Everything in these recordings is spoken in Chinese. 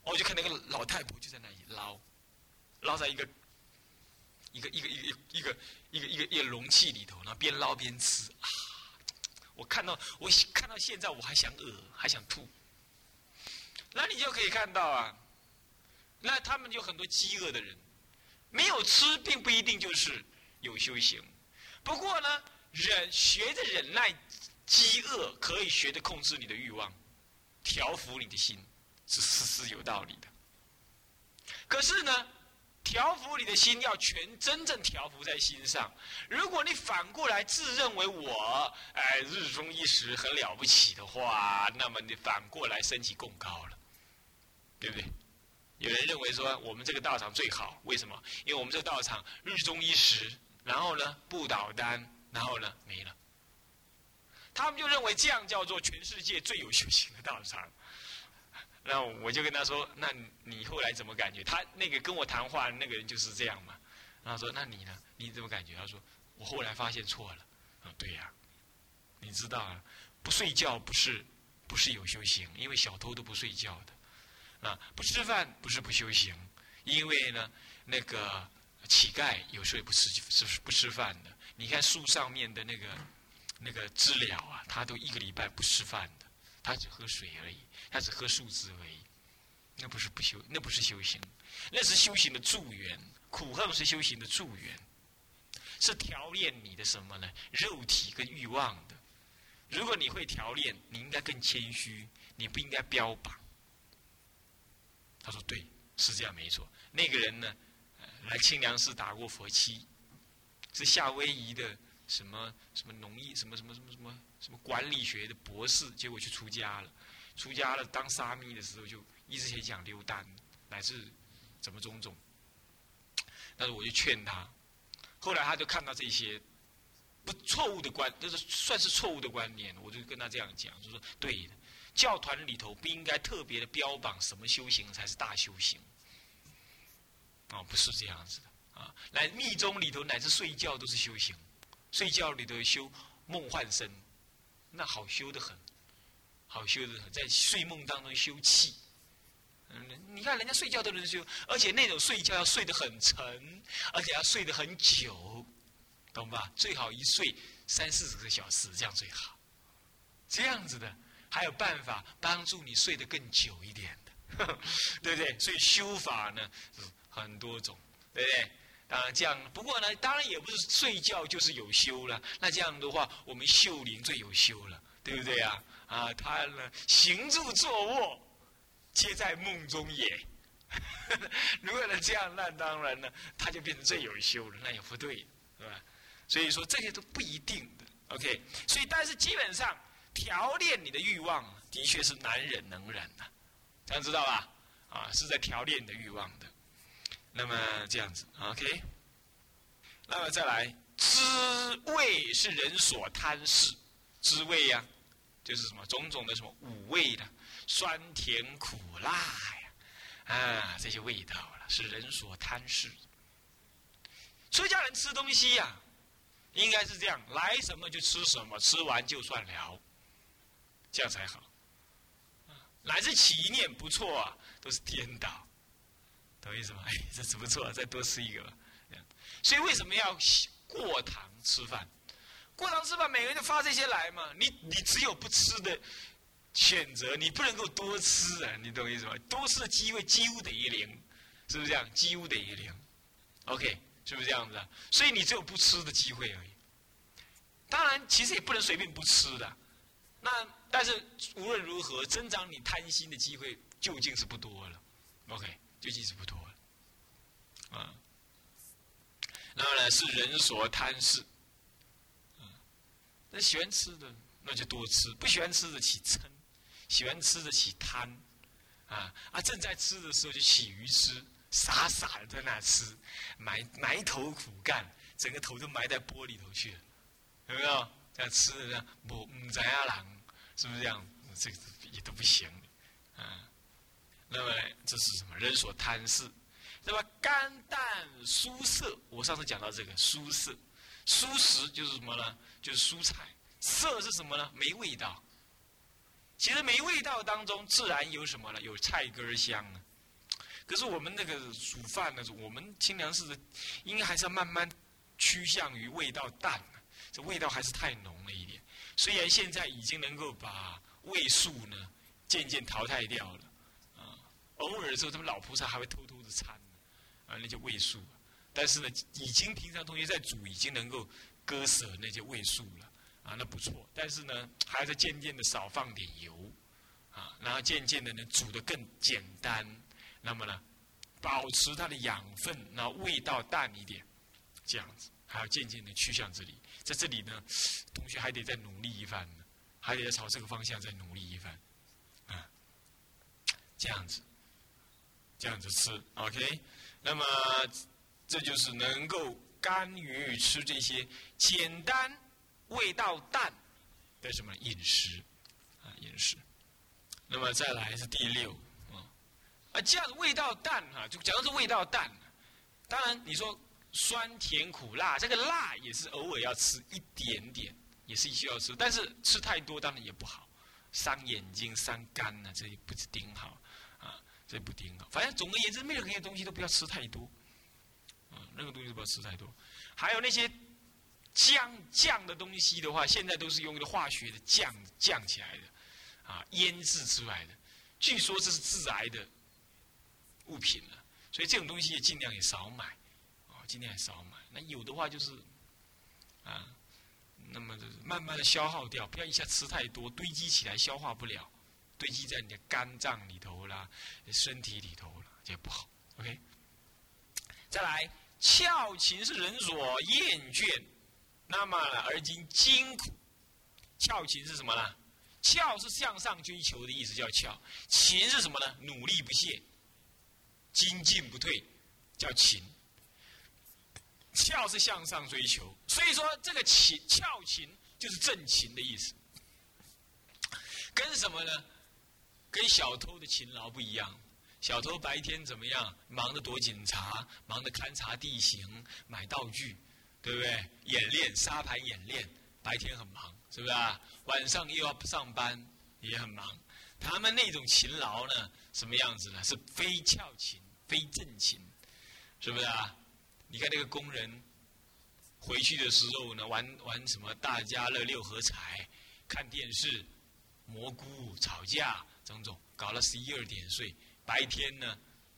我就看那个老太婆就在那里捞在一个容器里头，然后边捞边吃啊！我看到现在我还想还想吐。那你就可以看到啊，那他们有很多饥饿的人，没有吃并不一定就是有修行。不过呢，学着忍耐饥饿，可以学着控制你的欲望，调服你的心，是有道理的。可是呢，调服你的心要真正调服在心上。如果你反过来自认为我日中一时很了不起的话，那么你反过来升起更高了，对不对？有人认为说我们这个道场最好，为什么？因为我们这个道场日中一时，然后呢不倒单，然后呢没了。他们就认为这样叫做全世界最有修行的道场。那我就跟他说，那你后来怎么感觉？他那个跟我谈话那个人就是这样嘛。然后说，那你呢？你怎么感觉？他说，我后来发现错了。对呀，你知道啊，不睡觉不是有修行，因为小偷都不睡觉的。不吃饭不是不修行，因为呢，那个乞丐有时候也不吃饭的。你看树上面的那个知了啊，他都1个礼拜不吃饭的，他只喝水而已，他只喝树枝而已。那不是修行，那是修行的助缘。苦恨是修行的助缘，是调练你的什么呢？肉体跟欲望的。如果你会调练，你应该更谦虚，你不应该标榜。他说对，是这样没错。那个人呢，来清凉寺打过佛七，是夏威夷的什么农业什么管理学的博士，结果去出家了当沙弥的时候就一直很想溜单，乃至怎么种种。但是我就劝他，后来他就看到这些错误的就是算是错误的观念，我就跟他这样讲，就说对的，教团里头不应该特别的标榜什么修行才是大修行，不是这样子的啊。来密宗里头乃至睡觉都是修行，睡觉里头修梦幻身，那好修的很，在睡梦当中修气。你看人家睡觉都能修，而且那种睡觉要睡得很沉，而且要睡得很久，懂吧？最好一睡30-40个小时，这样最好。这样子的还有办法帮助你睡得更久一点的，对不对？所以修法呢很多种，对不对？当然这样，不过呢，当然也不是睡觉就是有修了。那这样的话，我们秀林最有修了，对不对啊？他呢行住坐卧，皆在梦中也。如果能这样，那当然呢，他就变成最有修了，那也不对，是吧？所以说这些都不一定的 ，OK。所以，但是基本上调练你的欲望，的确是难忍能忍的，这样知道吧？是在调练你的欲望的。那么这样子 ，OK。那么再来，滋味是人所贪视，滋味呀，就是什么种种的什么五味的，酸甜苦辣呀，这些味道了，是人所贪视。出家人吃东西呀，应该是这样，来什么就吃什么，吃完就算了，这样才好。乃至起一念不错啊，都是颠倒，懂意思吗？这是不错，再多吃一个吧。所以为什么要过堂吃饭？过堂吃饭，每个人就发这些来嘛。你只有不吃的选择，你不能够多吃啊，你懂意思吗？多吃的机会几乎等于零，是不是这样？几乎等于零 ，OK， 是不是这样子啊？所以你只有不吃的机会而已。当然，其实也不能随便不吃的。但是无论如何，增长你贪心的机会究竟是不多了 ，OK， 究竟是不多了，然后呢，是人所贪视，那喜欢吃的那就多吃，不喜欢吃的起嗔，喜欢吃的起贪，正在吃的时候就起愚痴，傻傻的在那吃，埋头苦干，整个头都埋在锅里头去了，有没有？这样吃的这样，唔知啊人，是不是这样？这个也都不行那么这是什么？人所贪视。那么甘淡蔬色，我上次讲到这个蔬色，蔬食就是什么呢？就是蔬菜。色是什么呢？没味道。其实没味道当中，自然有什么呢？有菜根香可是我们那个煮饭呢，我们清凉寺的应该还是要慢慢趋向于味道淡，这味道还是太浓了一点。虽然现在已经能够把味素呢渐渐淘汰掉了，偶尔的时候他们老菩萨还会偷偷的掺那些味素，但是呢，已经平常同学在煮已经能够割舍那些味素了那不错。但是呢，还是渐渐的少放点油然后渐渐的呢煮得更简单，那么呢保持它的养分，然后味道淡一点，这样子，还要渐渐的趋向这里。在这里呢，同学还得再努力一番呢，还得朝这个方向再努力一番这样子吃 ，OK。那么这就是能够甘于吃这些简单、味道淡的什么饮食饮食。那么再来是第6这样子味道淡就讲到这味道淡。当然你说酸甜苦辣，这个辣也是偶尔要吃一点点，也是需要吃，但是吃太多当然也不好，伤眼睛、伤肝这也不是顶好这不顶好。反正总而言之，任何东西都不要吃太多任何东西都不要吃太多。还有那些酱的东西的话，现在都是用化学的酱起来的腌制出来的，据说这是致癌的物品了，所以这种东西也尽量也少买尽量也少买。那有的话就是那么就是慢慢的消耗掉，不要一下吃太多，堆积起来消化不了，堆积在你的肝脏里头啦、身体里头了，这不好。OK， 再来，翘琴是人所厌倦，那么而今精苦。翘琴是什么呢？翘是向上追求的意思，叫翘；勤是什么呢？努力不懈，精进不退，叫勤。翘是向上追求，所以说这个翘勤就是正勤的意思。跟什么呢？跟小偷的勤劳不一样。小偷白天怎么样？忙着躲警察，忙着勘察地形、买道具，对不对？演练沙盘演练，白天很忙，是不是晚上又要上班，也很忙。他们那种勤劳呢，什么样子呢？是非翘勤，非正勤，是不是你看那个工人回去的时候呢，玩什么大家乐6合彩，看电视，蘑菇吵架，种种，搞了11、12点睡。白天呢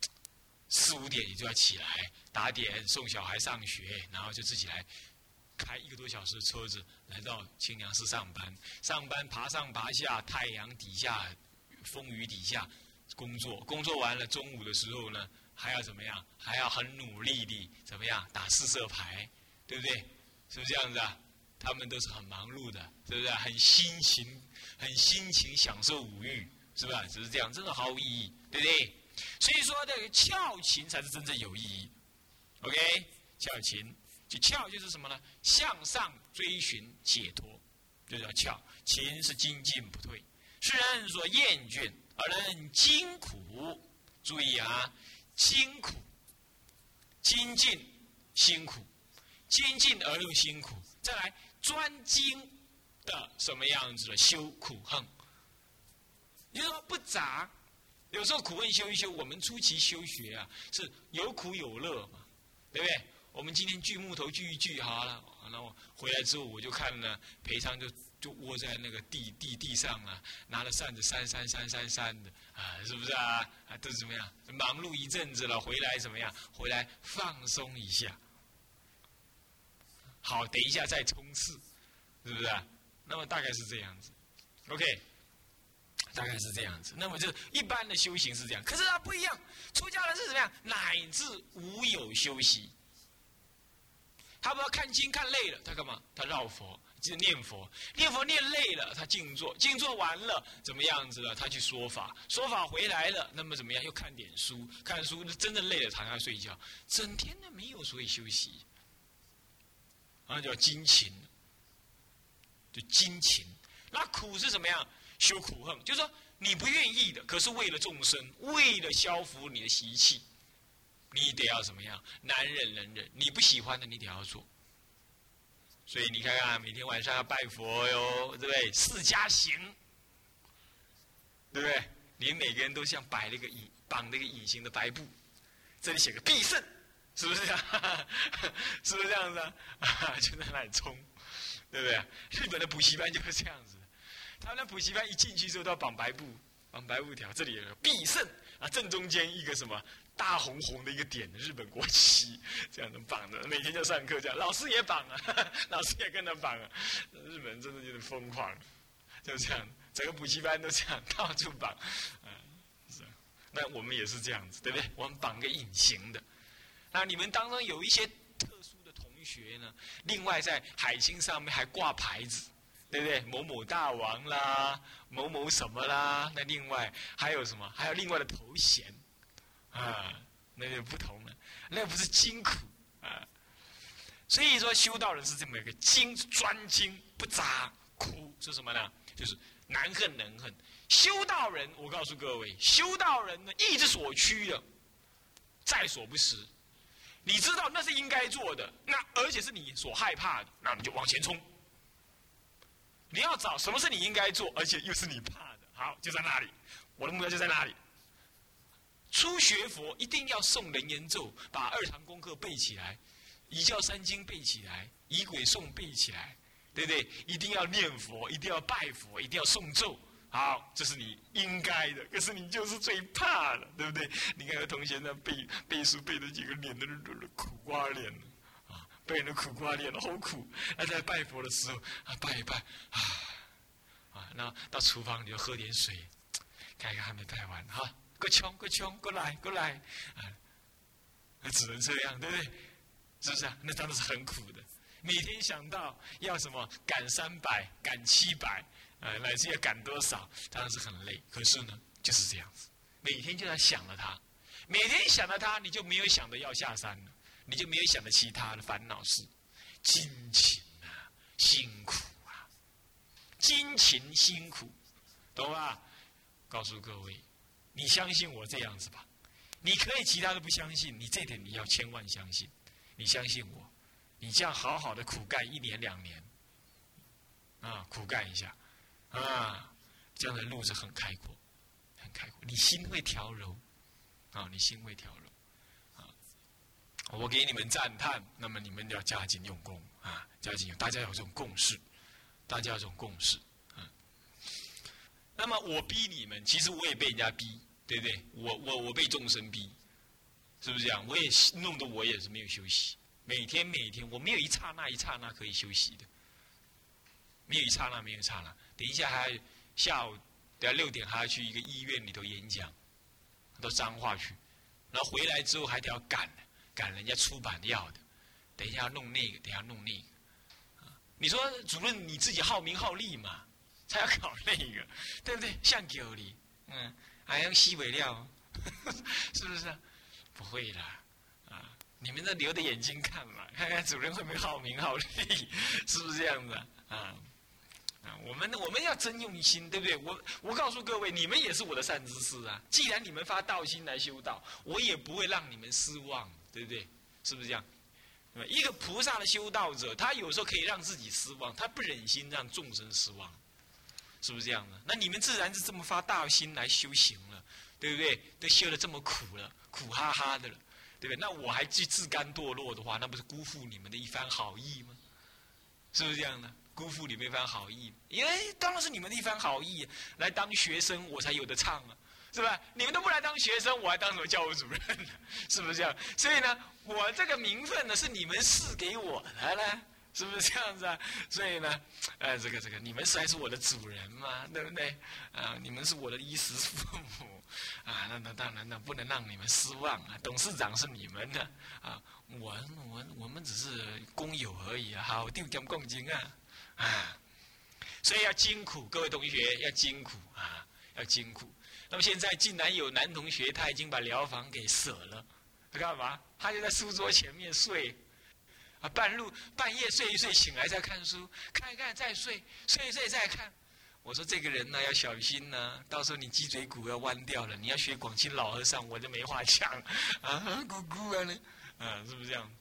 ，4、5点也就要起来打点送小孩上学，然后就自己来开1个多小时的车子来到清凉寺上班。上班爬上爬下，太阳底下、风雨底下工作，工作完了中午的时候呢，还要怎么样？还要很努力地怎么样打4色牌，对不对？是不是这样子他们都是很忙碌的，是不是很辛勤享受五欲，是吧？只是这样，真的毫无意义，对不对？所以说这个翘勤才是真正有意义。OK， 翘勤就翘就是什么呢？向上追寻解脱，就叫翘。勤是精进不退，是人所厌倦而能精苦。注意精苦，精进辛苦，精进而又辛苦。再来专精的什么样子的修苦恨，也就是说不杂。有时候苦恨修一修，我们初期修学是有苦有乐嘛，对不对？我们今天锯木头锯一锯好了，然后回来之后我就看了裴昌就窝在那个地上拿了扇子扇的是不是都是怎么样？忙碌一阵子了，回来怎么样？回来放松一下，好，等一下再冲刺，是不是那么大概是这样子 ，OK， 大概是这样子。那么就一般的修行是这样，可是不一样，出家人是怎么样？乃至无有休息。他不要看经看累了，他干嘛？他绕佛，念佛，念累了，他静坐，静坐完了怎么样子了？他去说法，说法回来了，那么怎么样？又看点书，看书真正累了，躺下睡觉，整天的没有所谓休息，叫精勤，就精勤。那苦是怎么样？修苦恨，就是说你不愿意的，可是为了众生，为了消除你的习气。你得要怎么样？难忍能忍，你不喜欢的你得要做。所以你看看，每天晚上要拜佛哟，对不对？4加行，对不对？连每个人都像绑了一个隐形的白布， 这里写个必胜，是不是这样？是不是这样子啊？就在那里冲，对不对？日本的补习班就是这样子，他们的补习班一进去之后都要绑白布条，这里有个必胜啊，正中间一个什么大红红的一个点，日本国旗，这样子绑着，每天就上课这样，老师也绑啊，老师也跟着绑啊，日本人真的就是疯狂，就这样，整个补习班都这样，到处绑，是。那我们也是这样子，对不对？我们绑个隐形的。那你们当中有一些特殊的同学呢，另外在海星上面还挂牌子。对不对？某某大王啦，某某什么啦？那另外还有什么？还有另外的头衔啊，那就不同了。那不是精苦啊。所以说，修道人是这么一个精，专精不杂；苦是什么呢？就是难恨能恨。修道人，我告诉各位，修道人呢，意之所趋的，在所不辞。你知道那是应该做的，那而且是你所害怕的，那你就往前冲。你要找什么是你应该做，而且又是你怕的，好，就在那里。我的目标就在那里。初学佛一定要诵人言咒，把2堂功课背起来，一教3经背起来，仪轨诵背起来，对不对？一定要念佛，一定要拜佛，一定要诵咒。好，这是你应该的，可是你就是最怕的，对不对？你看有同学那背书背的几个脸都苦瓜脸。被人的苦瓜脸好苦，那在拜佛的时候拜一拜那到厨房里就喝点水，看看还没拜完哈，过冲，过来那只能这样，对不对？是不是啊？那真的是很苦的，每天想到要什么赶300、赶700，乃至要赶多少，当然是很累。可是呢，就是这样子，每天就在想着它，每天想着它，你就没有想着要下山了。你就没有想着其他的烦恼事，金勤啊，辛苦啊，金勤辛苦，懂吧？告诉各位，你相信我这样子吧，你可以其他的不相信，你这点你要千万相信，你相信我，你这样好好的苦干1年2年，苦干一下，这样的路是很开阔，很开阔，你心会调柔，你心会调柔。我给你们赞叹，那么你们要加紧用功加紧用，大家有这种共识，那么我逼你们，其实我也被人家逼，对不对？我被众生逼，是不是这样？我也弄得我也是没有休息，每天我没有一刹那可以休息的，没有一刹那。等一下还下午等下6点还要去一个医院里头演讲，到彰化去，然后回来之后还得要赶人家出版要的，等一下要弄那个，等一下弄那个。你说主任你自己好名好利嘛，才要搞那个，对不对？像狗里，还用吸尾料，是不是啊？不会啦，你们这留着眼睛看嘛，看看主任会不会好名好利，是不是这样子我们要真用心，对不对？我告诉各位，你们也是我的善知识啊。既然你们发道心来修道，我也不会让你们失望，对不对？是不是这样？一个菩萨的修道者，他有时候可以让自己失望，他不忍心让众生失望，是不是这样的？那你们自然是这么发大心来修行了，对不对？都修得这么苦了，苦哈哈的了，对不对？那我还去自甘堕落的话，那不是辜负你们的一番好意吗？是不是这样的？辜负你们一番好意，因为当然是你们的一番好意，来当学生我才有的唱是吧？你们都不来当学生，我还当什么教务主任呢？是不是这样？所以呢，我这个名分呢是你们赐给我的呢，是不是这样子啊？所以呢，这个你们还是我的主人嘛，对不对？你们是我的衣食父母那当然不能让你们失望董事长是你们的我们只是工友而已好，丢点共金所以要精苦，各位同学要精苦要精苦。那么现在竟然有男同学他已经把疗房给舍了，他干嘛？他就在书桌前面睡半夜睡一睡，醒来再看书，看一看再睡，睡一睡再看。我说这个人呢要小心呢，到时候你脊椎骨要弯掉了，你要学广钦老和尚，我就没话讲咕咕是不是这样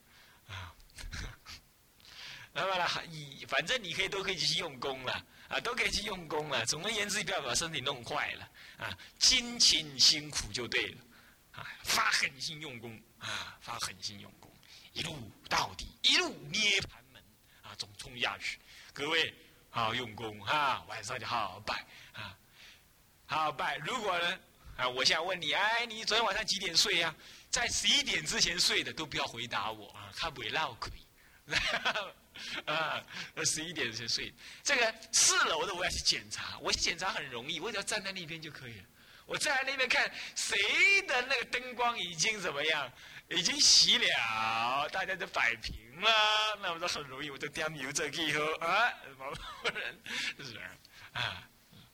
那么反正你都可以去用功了都可以去用功了。总而言之，不要把身体弄坏了精勤辛苦就对了啊，发狠心用功啊，发狠心用功，一路到底，一路涅槃门啊，总冲下去。各位好好用功啊，晚上就好好拜啊，好好拜。如果呢啊，我现在问你，哎，你昨天晚上几点睡呀？在11点之前睡的都不要回答我啊，他不会闹亏。啊，11点前睡。这个4楼的我要去检查，我去检查很容易，我只要站在那边就可以了。我站在那边看谁的那个灯光已经怎么样，已经熄了，大家都摆平了，那我就很容易，我就点油这以后啊，某人是啊。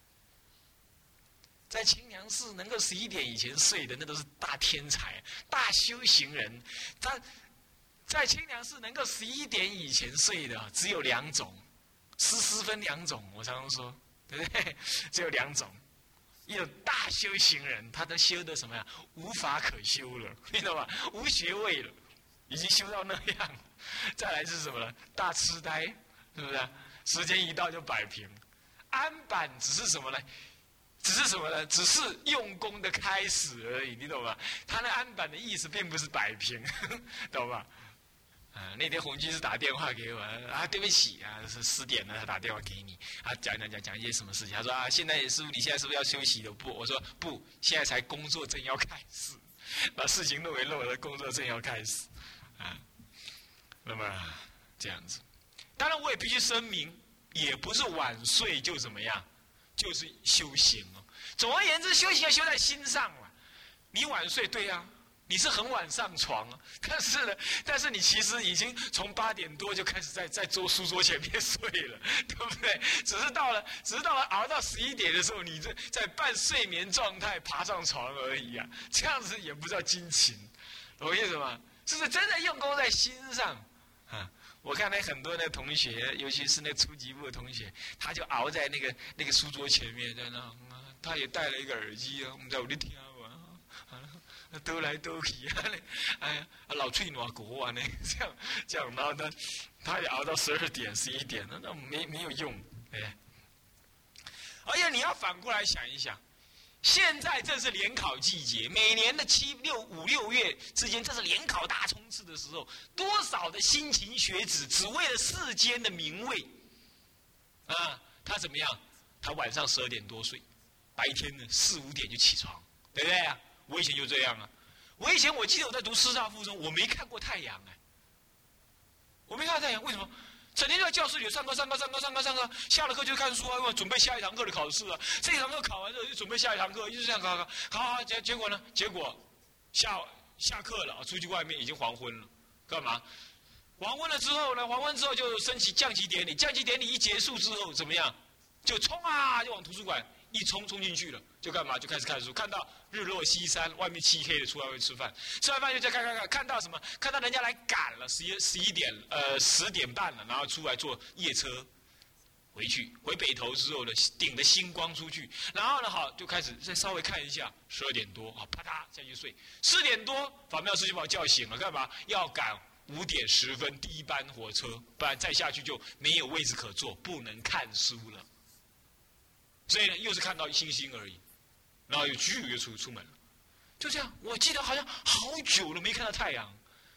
在清凉寺能够11点以前睡的，那都是大天才、大修行人。他在清凉寺能够11点以前睡的，只有2种，诗分2种。我常常说，对不对？只有2种，一种大修行人，他都修的什么呀？无法可修了，你懂吗？无学位了，已经修到那样。再来是什么呢？大痴呆，是不是？时间一到就摆平。安板只是什么呢？只是什么呢？只是用功的开始而已，你懂吗？他那安板的意思并不是摆平，懂吧？啊，那天洪居士打电话给我啊，对不起啊，是10点了，他打电话给你啊，讲一些什么事情？他说啊，现在师父你现在是不是要休息了？不，我说不，现在才工作正要开始，把事情弄一弄了，工作正要开始啊。那么这样子，当然我也必须声明，也不是晚睡就怎么样，就是修行哦。总而言之，修行要修在心上了。你晚睡，对呀、你是很晚上床啊，但是你其实已经从8点多就开始在书桌前面睡了，对不对？只是到了熬到11点的时候，你在半睡眠状态爬上床而已啊，这样子也不叫精勤，懂我意思吗？是不是真的用功在心上啊？我看那很多的同学，尤其是那初级部的同学，他就熬在那个书桌前面，在那，他也戴了一个耳机啊，我们在屋里听啊，兜来兜去啊，哎呀，老吹暖国啊，这样，然后呢，他也熬到12点、11点，那没有用，哎。而且你要反过来想一想。现在正是联考季节，每年的5、6月之间，这是联考大冲刺的时候，多少的辛勤学子只为了世间的名位，啊，他怎么样？他晚上12点多睡，白天呢4、5点就起床，对不对啊？我以前就这样啊，我记得我在读师大附中，我没看过太阳哎，我没看过太阳，为什么？整天就在教室里上课，下了课就看书啊，准备下一堂课的考试啊。这一堂课考完之后就准备下一堂课，一直这样考，结果呢？结果下课了，出去外面已经黄昏了，干嘛？黄昏了之后呢？黄昏之后就升旗降旗典礼，降旗典礼一结束之后怎么样？就冲啊，就往图书馆一冲进去了，就干嘛？就开始看书，看到日落西山，外面漆黑的，出来外面吃饭，吃完饭就再看到什么？看到人家来赶了10点半了，然后出来坐夜车回北头之后呢，顶着星光出去，然后呢好就开始再稍微看一下，12点多啊，啪嗒下去睡，4点多法妙师就把我叫醒了，干嘛？要赶5点10分第1班火车，不然再下去就没有位置可坐，不能看书了。所以呢，又是看到星星而已，然后又出门了，就这样。我记得好像好久了没看到太阳，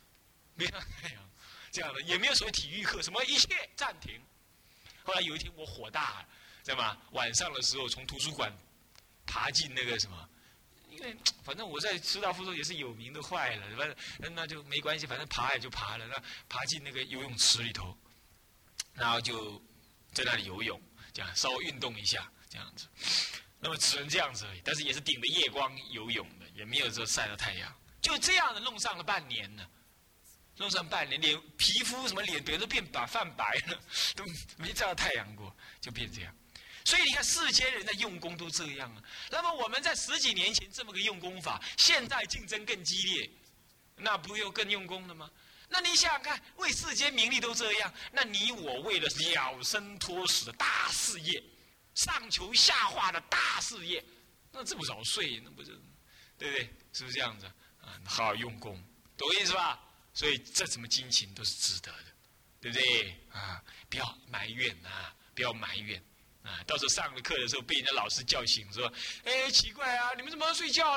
这样的也没有所谓体育课，什么一切暂停。后来有一天我火大了，知道吗？晚上的时候从图书馆爬进那个什么，因为反正我在师大附中也是有名的坏了，反正那就没关系，反正爬也就爬了，那爬进那个游泳池里头，然后就在那里游泳，这样稍微运动一下。这样子，那么只能这样子而已，但是也是顶着夜光游泳的，也没有说晒到太阳，就这样的弄上了半年呢，弄上半年，脸皮肤什么脸都变泛白了，都没照到太阳过，就变这样。所以你看世间人的用功都这样啊。那么我们在10几年前这么个用功法，现在竞争更激烈，那不又更用功了吗？那你想想看，为世间名利都这样，那你我为了了生脱死的大事业。上求下化的大事业，那这么早睡，那不是，对不对？是不是这样子啊？好好用功，懂我意思吧？所以这什么金钱都是值得的，对不对？啊，不要埋怨啊，不要埋怨啊！到时候上了课的时候被人家老师叫醒，说：“哎，奇怪啊，你们怎么要睡觉了？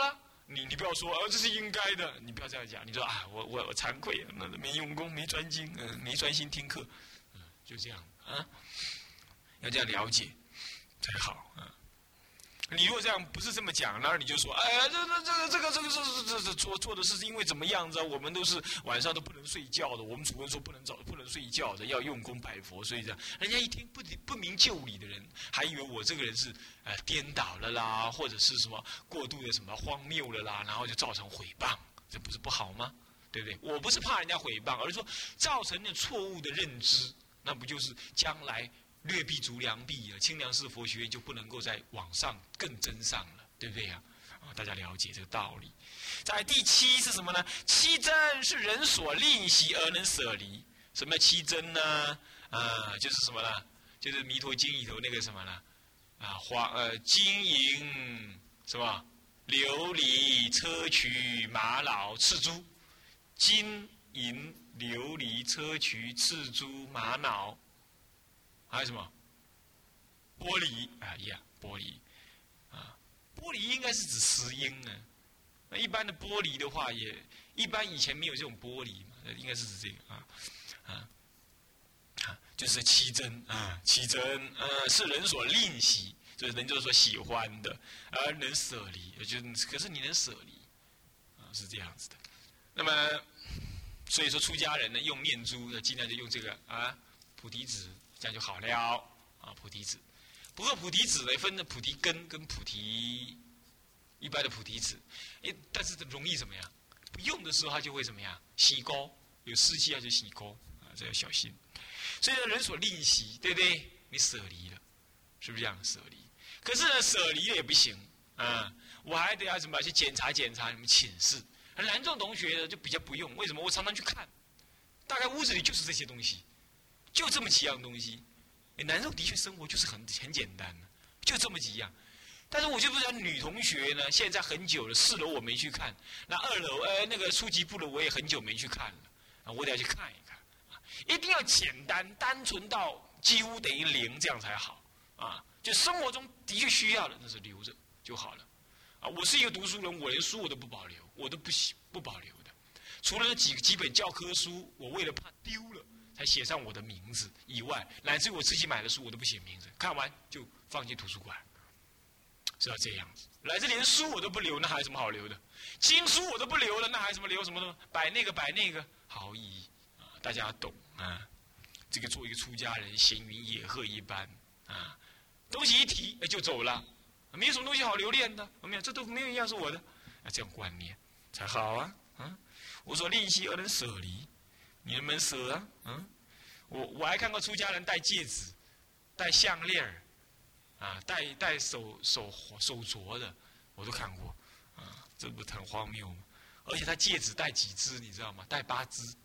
你不要说这是应该的，你不要这样讲。你说我惭愧，没用功，没专精，没专心听课，就这样啊，要这样了解才好啊。你如果这样不是这么讲，然后你就说，哎呀，这做的是因为怎么样子啊？我们都是晚上都不能睡觉的，我们主任说不能睡觉的，要用功拜佛，所以这样，人家一听不明就里的人，还以为我这个人是颠倒了啦，或者是什么过度的什么荒谬了啦，然后就造成毁谤，这不是不好吗？对不对？我不是怕人家毁谤，而是说造成了错误的认知，那不就是将来劣币逐良币了，清凉寺佛学院就不能够再往上更增上了，对不对呀？大家了解这个道理。在第七是什么呢？七真是人所吝惜而能舍离。什么叫七真呢？就是什么呢？就是弥陀经里头那个什么呢？金银什么琉璃砗磲玛瑙赤珠，金银琉璃砗磲赤珠玛瑙。还有什么？玻璃玻璃玻璃应该是指石英啊。那一般的玻璃的话，一般以前没有这种玻璃嘛，应该是指这个就是七真七真是人所吝惜，就是人就是说喜欢的，而能舍离，可是你能舍离是这样子的。那么所以说出家人呢，用念珠尽量就用这个菩提子。这样就好了菩提子。不过菩提子呢，分的菩提根跟菩提一般的菩提子，但是容易怎么样？不用的时候它就会怎么样？洗高，有湿气它就洗高这要小心。所以呢，人所吝惜，对不对？你舍离了，是不是这样舍离？可是呢，舍离了也不行我还得要什么去检查检查你们寝室。南仲同学呢就比较不用，为什么？我常常去看，大概屋子里就是这些东西。就这么几样东西，男生的确生活就是很简单的，就这么几样。但是我就不知道女同学呢，现在很久了，4楼我没去看，那2楼那个初级部的我也很久没去看了我得要去看一看一定要简单单纯到几乎等于0，这样才好就生活中的确需要的，那是留着就好了我是一个读书人，我连书我都不保留，我都不保留的，除了那几个基本教科书，我为了怕丢了。才写上我的名字以外，乃至于我自己买的书我都不写名字，看完就放进图书馆，是要这样子。乃至连书我都不留，那还有什么好留的？经书我都不留了，那还什么留什么呢？摆那个，毫意义大家懂这个做一个出家人，闲云野鹤一般东西一提就走了，没有什么东西好留恋的，没有，这都没有一样是我的这样观念才好我说吝惜而能舍离。你能不能舍我还看过出家人戴戒指、戴项链戴手镯的，我都看过这不很荒谬吗？而且他戒指戴几只，你知道吗？戴8只，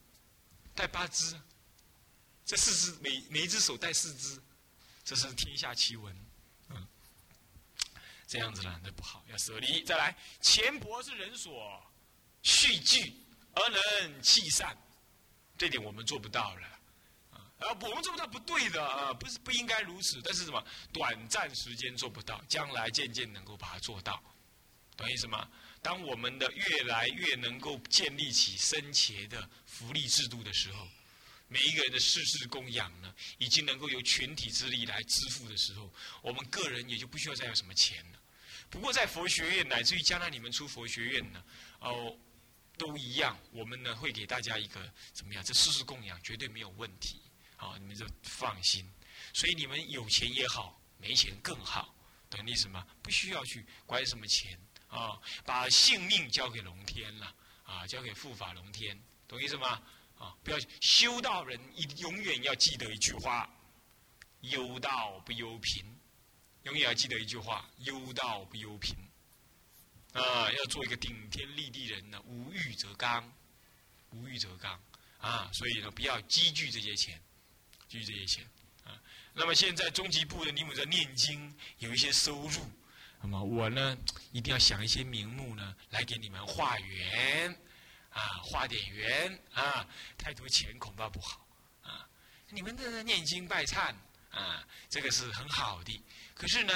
这4只每一只手戴4只，这是天下奇闻这样子呢，那不好，要舍离。再来，钱帛是人所蓄聚而能弃散。这点我们做不到了我们做不到不对的不应该如此。但是什么？短暂时间做不到，将来渐渐能够把它做到，懂意思吗？当我们的越来越能够建立起僧伽的福利制度的时候，每一个人的世事供养呢，已经能够由群体之力来支付的时候，我们个人也就不需要再有什么钱了。不过在佛学院，乃至于将来你们出佛学院呢，都一样，我们呢会给大家一个怎么样？这世事供养绝对没有问题你们就放心。所以你们有钱也好，没钱更好，懂意思吗？不需要去管什么钱把性命交给龙天了交给护法龙天，懂意思吗？不要修道人永远要记得一句话：忧道不忧贫。永远要记得一句话：忧道不忧贫。要做一个顶天立地人呢，无欲则刚，所以呢，不要积聚这些钱，那么现在中级部的你们在念经有一些收入，那么我呢一定要想一些名目呢来给你们化缘化点缘太多钱恐怕不好你们的念经拜忏这个是很好的，可是呢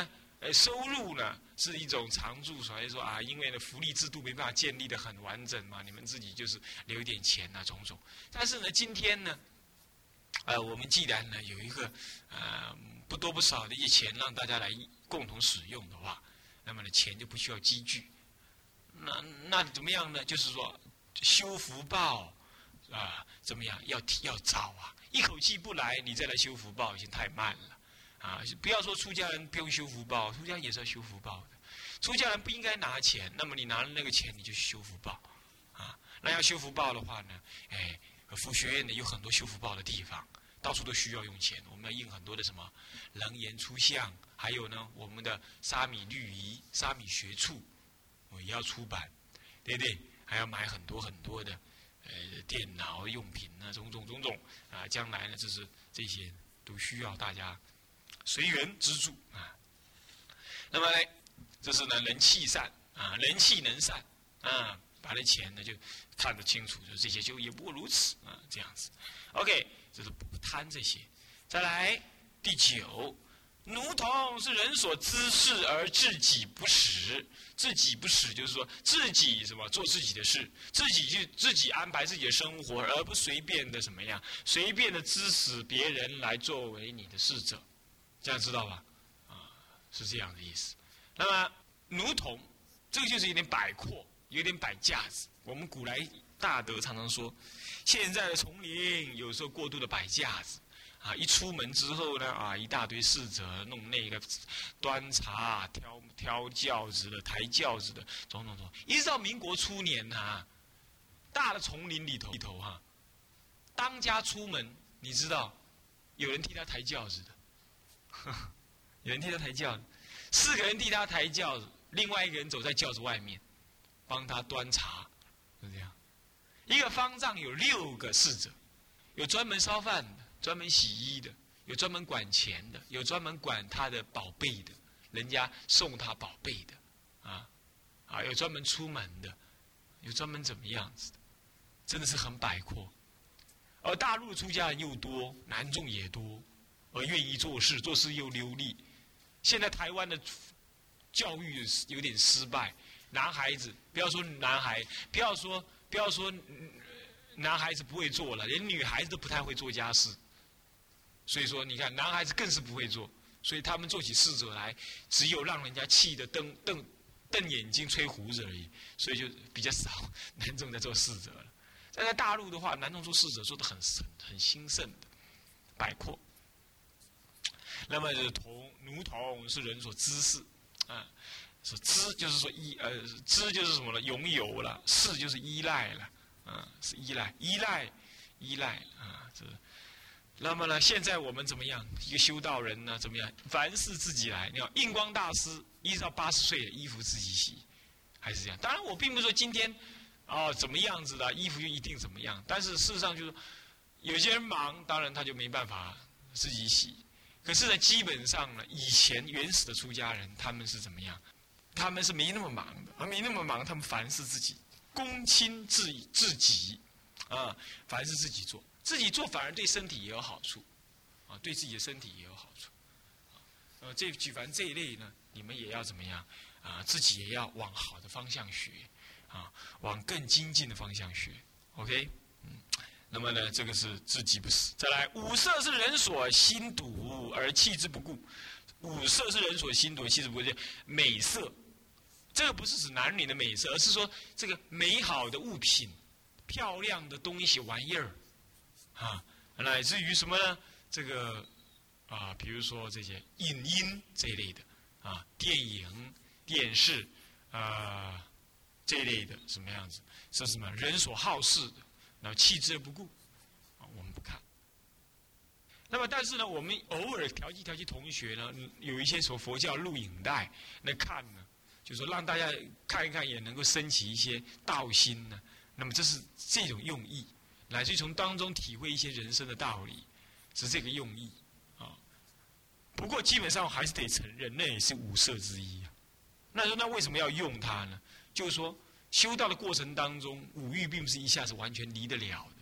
收入呢是一种常驻，所以说啊，因为呢福利制度没办法建立得很完整嘛，你们自己就是留一点钱啊，种种。但是呢，今天呢，我们既然呢有一个不多不少的一些钱让大家来共同使用的话，那么呢钱就不需要积聚。那怎么样呢？就是说修福报怎么样？要早啊！一口气不来，你再来修福报已经太慢了。不要说出家人不用修福报，出家人也是要修福报的。出家人不应该拿钱，那么你拿了那个钱，你就修福报。那要修福报的话呢，佛学院呢有很多修福报的地方，到处都需要用钱。我们要印很多的什么楞严出相，还有呢我们的沙弥律仪、沙弥学处，也要出版，对不对？还要买很多很多的电脑用品啊，种种将来呢，这些都需要大家随缘资助啊。那么呢，这是呢人气善人气能善把这钱呢就看得清楚，就这些就也不过如此这样子。OK， 这是不贪这些。再来第9，奴童是人所滋事而自己不使。自己不使就是说自己做自己的事，自己安排自己的生活，而不随便的什么样，随便的滋使别人来作为你的侍者，这样知道吧？是这样的意思。那么奴童这个就是有点摆阔，有点摆架子。我们古来大德常常说，现在的丛林有时候过度的摆架子。一出门之后呢，一大堆侍者弄那个端茶、挑轿子的、抬轿子的，种，一直到民国初年大的丛林里头当家出门，你知道，有人替他抬轿子的，有人替他抬轿子，4个人替他抬轿子，另外1个人走在轿子外面，帮他端茶，是这样。一个方丈有6个侍者，有专门烧饭的。专门洗衣的，有专门管钱的，有专门管他的宝贝的，人家送他宝贝的，有专门出门的，有专门怎么样子的，真的是很摆阔。而大陆出家人又多，男众也多，而愿意做事，做事又流利。现在台湾的教育有点失败，男孩子不要说男孩子不会做了，连女孩子都不太会做家事。所以说，你看，男孩子更是不会做，所以他们做起侍者来，只有让人家气得瞪眼睛、吹胡子而已，所以就比较少男众在做侍者了。在大陆的话，男众做侍者做得很兴盛的，摆阔。那么奴童是人所滋事是滋就是说滋就是什么呢？拥有了，事就是依赖了是依赖这。那么呢，现在我们怎么样？一个修道人呢，怎么样？凡事自己来。你看，印光大师一直到80岁，衣服自己洗，还是这样。当然，我并不是说今天怎么样子的衣服就一定怎么样，但是事实上就是有些人忙，当然他就没办法自己洗。可是呢，基本上呢，以前原始的出家人他们是怎么样？他们是没那么忙的，而没那么忙，他们凡事自己躬亲自己凡事自己做。自己做反而对身体也有好处，对自己的身体也有好处。反正这一类呢，你们也要怎么样自己也要往好的方向学往更精进的方向学。OK，那么呢，这个是自己不死。再来，五色是人所心睹而弃之不顾。五色是人所心睹而弃之不顾，美色，这个不是指男女的美色，而是说这个美好的物品、漂亮的东西、玩意儿。乃至于什么呢？这个比如说这些影音这一类的电影、电视这一类的什么样子？是什么人所好事的，然后弃之而不顾我们不看。那么，但是呢，我们偶尔调剂同学呢，有一些佛教录影带那看呢，就是说让大家看一看，也能够升起一些道心呢。那么，这是这种用意。乃至于从当中体会一些人生的道理，是这个用意不过基本上还是得承认，那也是五色之一那为什么要用它呢？就是说，修道的过程当中，五欲并不是一下子完全离得了的。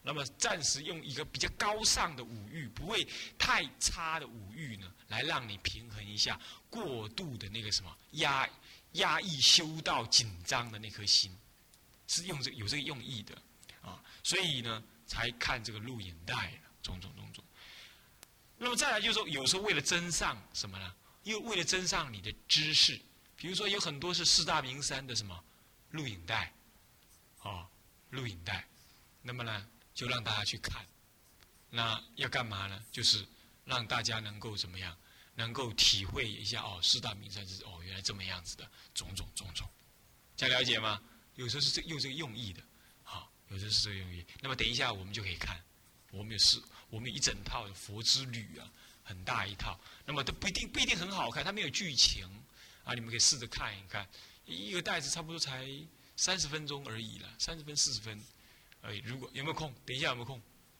那么暂时用一个比较高尚的五欲，不会太差的五欲呢，来让你平衡一下过度的那个什么压抑修道紧张的那颗心，是用有这个用意的啊。所以呢，才看这个录影带种种。那么再来就是说，有时候为了增上什么呢？又为了增上你的知识，比如说有很多是四大名山的什么录影带，录影带，那么呢就让大家去看。那要干嘛呢？就是让大家能够怎么样，能够体会一下四大名山是原来这么样子的种种，这样了解吗？有时候是用这个用意的，有时候是这个用意。那么等一下我们就可以看，我们有一整套的佛之旅啊，很大一套。那么都不一定很好看，它没有剧情啊，你们可以试着看一看。一个袋子差不多才30分钟而已了，30分40分而已。如果有没有空？等一下有没有空？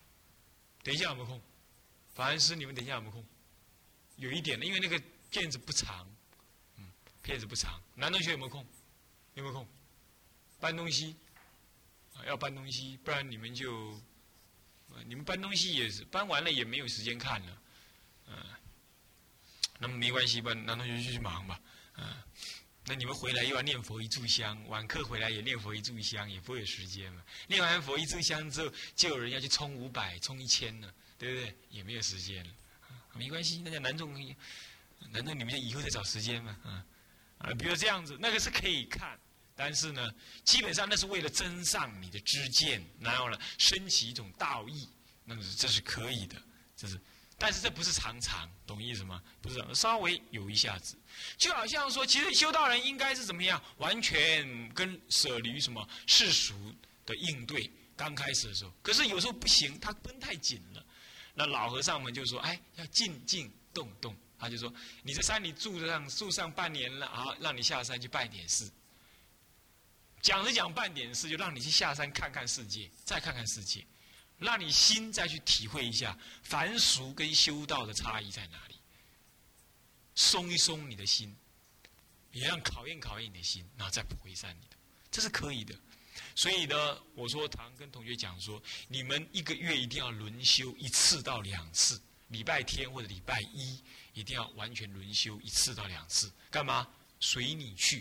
法兰斯，你们等一下有没有空？有一点的，因为那个片子不长，片子不长。男同学有没有空？有没有空？搬东西要搬东西，不然你们搬东西也是搬完了也没有时间看了，那么没关系吧，男同学就去忙吧，那你们回来又要念佛一炷香，晚课回来也念佛一炷香，也不会有时间嘛。念完佛一炷香之后，就有人要去冲500、冲1000了，对不对？也没有时间了，没关系，那叫难中你们以后再找时间嘛，比如这样子，那个是可以看，但是呢，基本上那是为了增上你的知见，然后呢，升起一种道义，那么这是可以的，但是这不是常常，懂意思吗？不是，稍微有一下子，就好像说，其实修道人应该是怎么样，完全跟舍离什么世俗的应对。刚开始的时候，可是有时候不行，他绷太紧了。那老和尚们就说：“要静静动动。”他就说：“你在山里住上半年了啊，让你下山去办点事。讲着讲办点事，就让你去下山看看世界，再看看世界。”让你心再去体会一下凡俗跟修道的差异在哪里，松一松你的心，也让考验你的心，然后再回山里头，这是可以的。所以呢，我说常跟同学讲说，你们1个月一定要轮修1次到2次，礼拜天或者礼拜一一定要完全轮修1次到2次，干嘛？随你去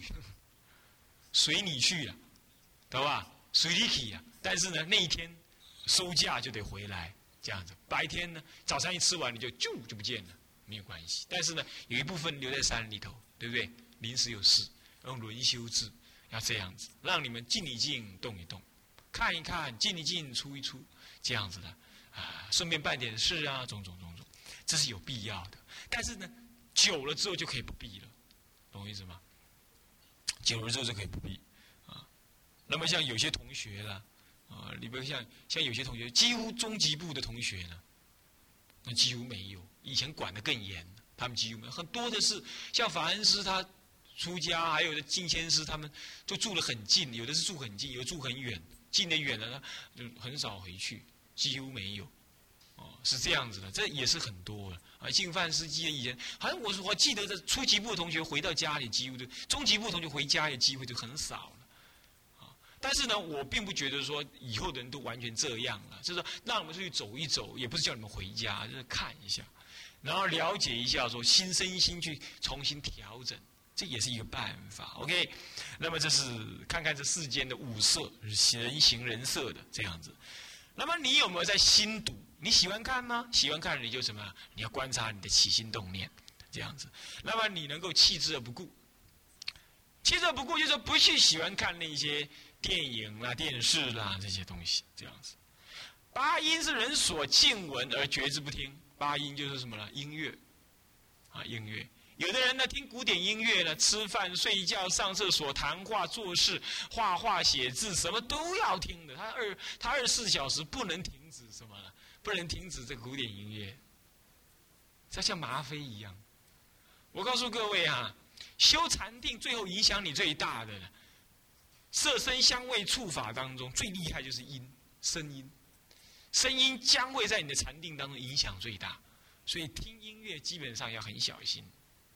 啊，懂吧？随你去啊。但是呢，那一天收假就得回来，这样子。白天呢，早餐一吃完你就不见了，没有关系。但是呢，有一部分留在山里头，对不对？临时有事，用轮修制，要这样子，让你们静一静，动一动，看一看，进一进，出一出，这样子的顺便办点事啊，种种，这是有必要的。但是呢，久了之后就可以不必了，懂我意思吗？久了之后就可以不必啊。那么像有些同学啦。你比如像有些同学，几乎中级部的同学呢，那几乎没有。以前管得更严，他们几乎没有。很多的是像法恩师他出家，还有的净谦师他们就住得很近，有的是住很近，有的住很远，近的远了呢就很少回去，几乎没有。是这样子的，这也是很多的净饭师记得以前，好像我记得这初级部的同学回到家里，几乎中级部的同学回家的机会就很少了。但是呢，我并不觉得说以后的人都完全这样了，就是说让我们出去走一走，也不是叫你们回家，就是看一下，然后了解一下，说身心去重新调整，这也是一个办法。OK， 那么这是看看这世间的五色，人形人色的这样子。那么你有没有在心读？你喜欢看吗？喜欢看你就什么？你要观察你的起心动念，这样子。那么你能够弃之而不顾，弃之而不顾就是说不去喜欢看那些电影啦、电视啦这些东西，这样子。八音是人所敬闻而觉之不听，八音就是什么呢？音乐，音乐。有的人呢听古典音乐呢，吃饭、睡觉、上厕所、谈话、做事、画画、写字，什么都要听的。他24小时不能停止什么呢？不能停止这个古典音乐，这像吗啡一样。我告诉各位修禅定最后影响你最大的色声香味触法当中最厉害就是声音，声音将会在你的禅定当中影响最大，所以听音乐基本上要很小心，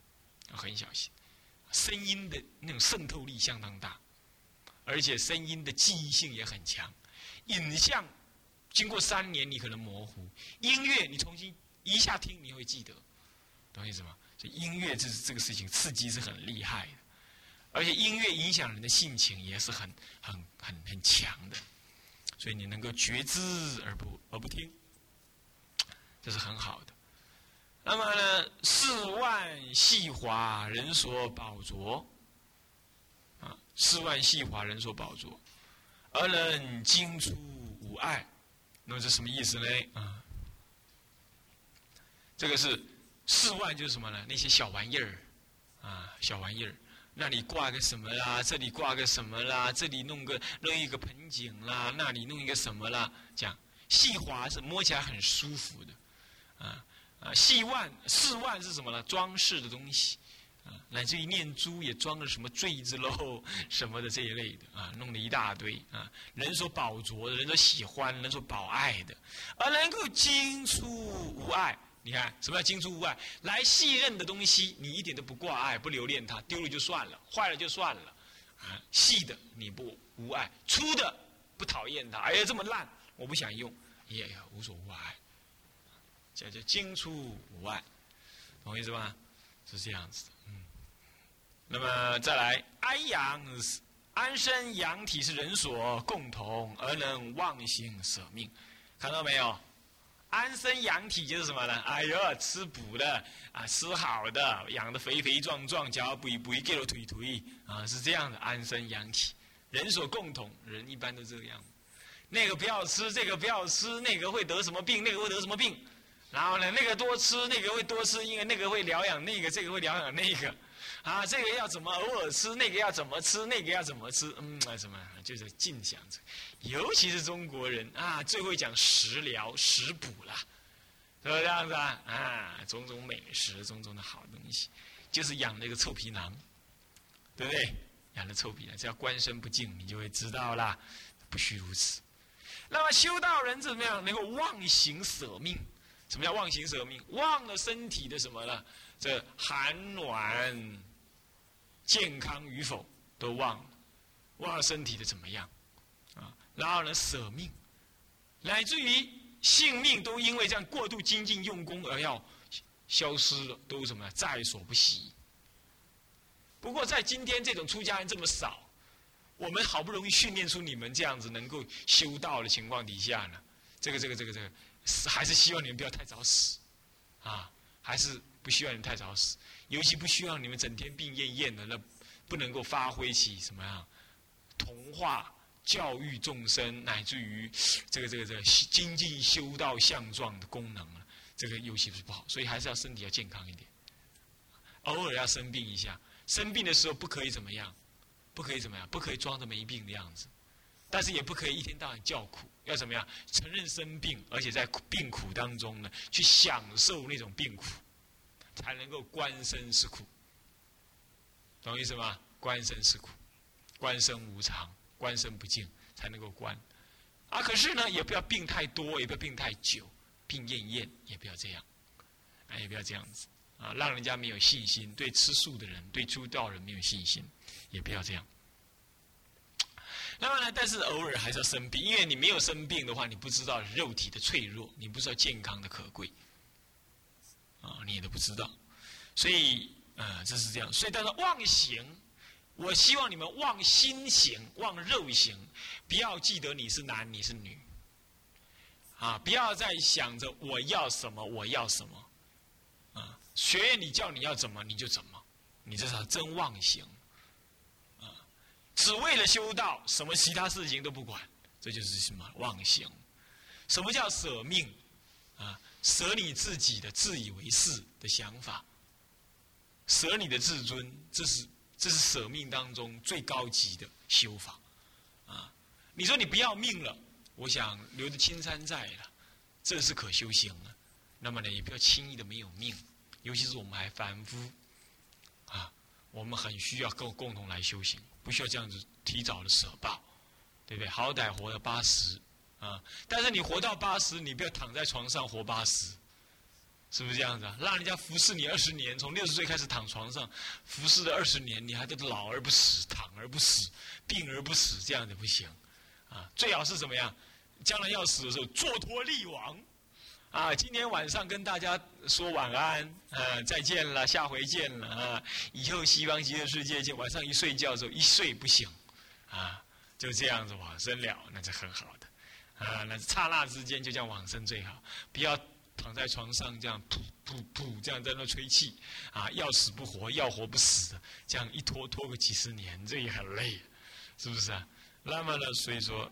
声音的那种渗透力相当大，而且声音的记忆性也很强，影像经过3年你可能模糊。音乐你重新一下听你会记得，懂我意思吗？所以音乐这个事情刺激是很厉害的，而且音乐影响人的性情也是很强的，所以你能够觉知而不听，这是很好的。那么呢，4万细华人所宝着，4万细华人所宝着，而能经出无碍。那么这什么意思呢？这个是4万就是什么呢？那些小玩意儿小玩意儿，那里挂个什么啦，这里挂个什么啦，这里弄一个盆景啦，那里弄一个什么啦，这样细滑是摸起来很舒服的4万是什么呢？装饰的东西乃至于念珠也装了什么坠子喽什么的这一类的弄了一大堆人所宝着的，人所喜欢，人所保爱的，而能够经出无碍。你看什么叫经出无碍？来细任的东西你一点都不挂碍，不留恋它，丢了就算了，坏了就算了细的你不无碍，粗的不讨厌它，哎呀这么烂我不想用，也无所无碍，这叫经出无碍，懂我意思吧？是这样子的。那么再来，安身养体是人所共同，而能忘形舍命，看到没有？安身养体就是什么呢？哎呦，吃补的吃好的，养得肥肥壮壮，脚不一给了腿是这样的。安身养体，人所共同，人一般都这个样子。那个不要吃，这个不要吃，那个会得什么病，那个会得什么病。然后呢，那个多吃，那个会多吃，因为那个会疗养那个，这个会疗养那个。这个要怎么偶尔吃，那个要怎么吃，那个要怎么吃，什么就是尽想着。尤其是中国人最会讲食疗、食补啦，是不是这样子种种美食，种种的好东西，就是养那个臭皮囊，对不对？养的臭皮囊，只要观身不净，你就会知道啦，不须如此。那么修道人怎么样能够忘形舍命？什么叫忘形舍命？忘了身体的什么呢？这寒暖、健康与否都忘了，忘了身体的怎么样然后呢，舍命，乃至于性命都因为这样过度精进用功而要消失了，都什么在所不惜。不过在今天这种出家人这么少，我们好不容易训练出你们这样子能够修道的情况底下呢，这个还是希望你们不要太早死还是不希望你们太早死，尤其不希望你们整天病恹恹的，那不能够发挥起什么同化教育众生，乃至于这个精进修道相状的功能了，这个尤其是不好，所以还是要身体要健康一点，偶尔要生病一下，生病的时候不可以怎么样，不可以装着没病的样子，但是也不可以一天到晚叫苦，要怎么样？承认生病，而且在病苦当中呢，去享受那种病苦，才能够观身是苦，懂我意思吗？观身是苦，观身无常，观身不净，才能够观。可是呢，也不要病太多，也不要病太久，病恹恹也不要这样，也不要这样子让人家没有信心，对吃素的人，对出道人没有信心，也不要这样。那么呢，但是偶尔还是要生病，因为你没有生病的话，你不知道肉体的脆弱，你不知道健康的可贵你也都不知道，所以这是这样。所以他说忘形，我希望你们忘心形，忘肉形，不要记得你是男你是女不要再想着我要什么我要什么学院里叫你要怎么你就怎么，你这是真忘形只为了修道，什么其他事情都不管，这就是什么忘形。什么叫舍命舍你自己的自以为是的想法，舍你的自尊，这是舍命当中最高级的修法你说你不要命了，我想留着青山在了，这是可修行了。那么呢，也不要轻易的没有命，尤其是我们还凡夫我们很需要共同来修行，不需要这样子提早的舍报，对不对？好歹活到80但是你活到80，你不要躺在床上活80，是不是这样子让人家服侍你20年，从60岁开始躺床上服侍了20年，你还都老而不死，躺而不死，病而不死，这样子不行最好是怎么样？ 将来要死的时候坐脱力亡。啊，今天晚上跟大家说晚安，再见了，下回见了啊！以后西方极乐世界见。晚上一睡觉的时候，一睡不醒，啊，就这样子往生了，那是很好的，啊，那刹那之间就这样往生最好，不要躺在床上这样噗噗噗这样在那吹气，啊，要死不活，要活不死的，这样一拖个几十年，这也很累，是不是啊？那么呢，所以说，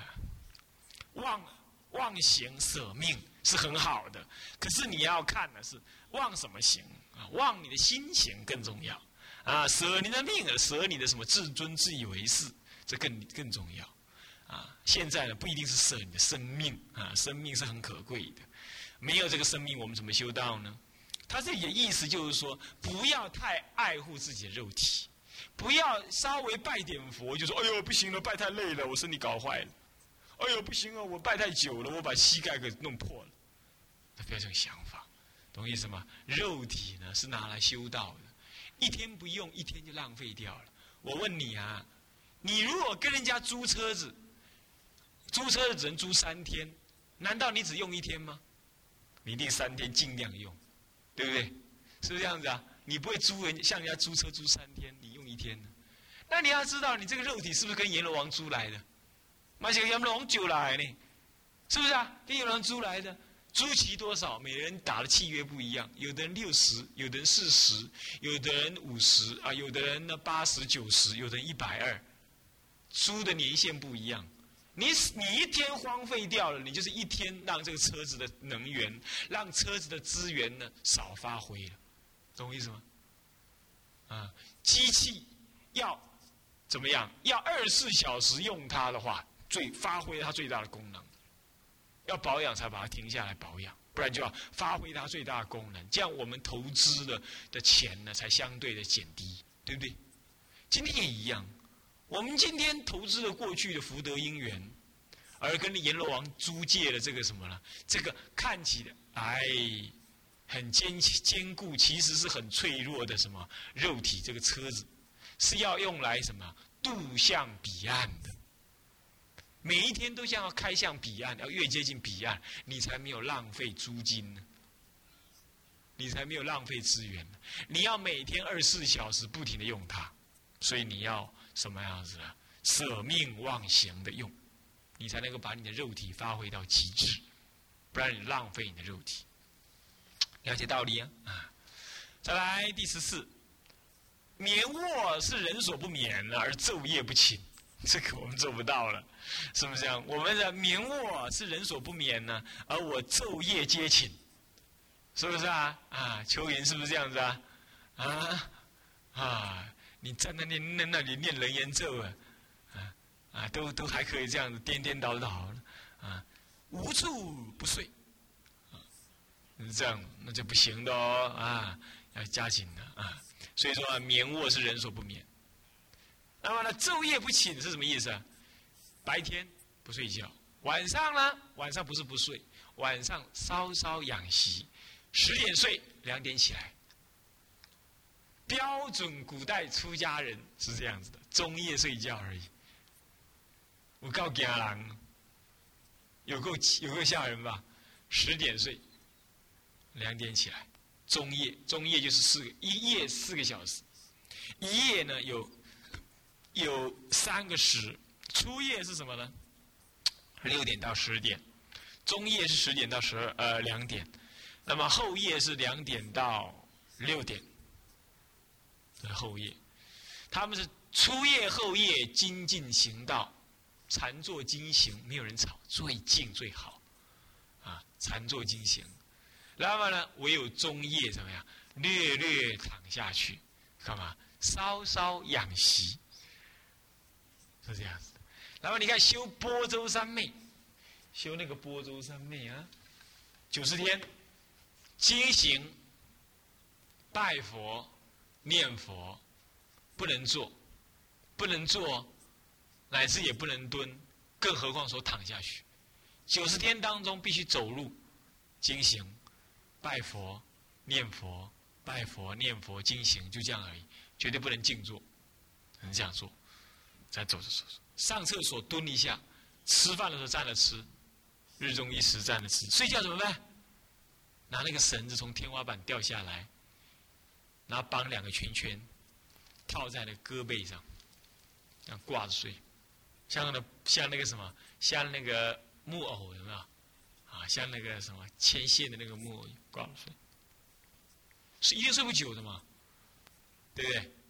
忘形舍命是很好的，可是你要看的是忘什么形啊？忘你的心形更重要啊！舍你的命，舍你的什么自尊、自以为是，这更重要啊！现在呢，不一定是舍你的生命啊，生命是很可贵的，没有这个生命，我们怎么修道呢？他这里的意思就是说，不要太爱护自己的肉体，不要稍微拜点佛就说：“哎呦，不行了，拜太累了，我身体搞坏了。”哎呦，不行啊！我拜太久了，我把膝盖给弄破了。他不要这种想法，懂意思吗？肉体呢是拿来修道的，一天不用，一天就浪费掉了。我问你啊，你如果跟人家租车子，租车子只能租3天，难道你只用1天吗？你一定3天尽量用，对不对？是不是这样子啊？你不会向人家租车租3天，你用1天呢？那你要知道，你这个肉体是不是跟阎罗王租来的？买些阎罗王酒来呢，是不是啊？跟阎罗王租来的，租期多少？每人打的契约不一样，有的人60，有的人40，有的人50啊，有的人呢80、90，有的人120，租的年限不一样。你一天荒废掉了，你就是一天让这个车子的能源，让车子的资源呢少发挥了，懂我意思吗？啊，机器要怎么样？要24小时用它的话，发挥它最大的功能。要保养才把它停下来保养，不然就要发挥它最大的功能。这样我们投资的钱呢，才相对的减低，对不对？今天也一样，我们今天投资了过去的福德因缘，而跟阎罗王租借了这个什么呢？这个看起来很坚固，其实是很脆弱的什么肉体，这个车子是要用来什么渡向彼岸的。每一天都像要开向彼岸，要越接近彼岸，你才没有浪费租金呢，你才没有浪费资源呢。你要每天24小时不停的用它，所以你要什么样子呢？舍命忘形的用，你才能够把你的肉体发挥到极致，不然你浪费你的肉体。了解道理啊！再来第14，眠卧是人所不眠而昼夜不寝。这个我们做不到了，是不是这样？我们的眠卧是人所不眠呢，而我昼夜皆寝，是不是啊？啊，秋云是不是这样子啊？你站在那里念人言咒都还可以这样子颠颠倒倒的无处不睡这样那就不行的哦要加紧的所以说眠卧是人所不眠。那么呢，昼夜不寝是什么意思啊？白天不睡觉，晚上呢？晚上不是不睡，晚上稍稍养息，10点睡，2点起来。标准古代出家人是这样子的，中夜睡觉而已。我告诉人，有够吓人吧？10点睡，2点起来，中夜就是一夜4个小时，一夜呢有3个时，初夜是什么呢？6点到10点，中夜是10点到2点，那么后夜是2点到6点，这是后夜。他们是初夜、后夜精进行道，禅坐精行，没有人吵，最静最好禅坐精行。那么呢，唯有中夜怎么样？略略躺下去，干嘛？稍稍养息。是这样子的。然后你看修般舟三昧，修那个般舟三昧90天，精行、拜佛、念佛，不能坐，乃至也不能蹲，更何况说躺下去。90天当中必须走路、精行、拜佛、念佛、拜佛、念佛、精行，就这样而已，绝对不能静坐，这样做。再走，上厕所蹲一下，吃饭的时候站着吃， 日中一时占的吃。睡觉怎么办？拿那个绳子从天花板掉下来，然后绑2个圈圈，套在那个胳背上，这样挂着睡，像那个什么，像那个木偶有没有？啊，像那个什么牵线的那个木偶挂着睡，是一定睡不久的嘛，对不对？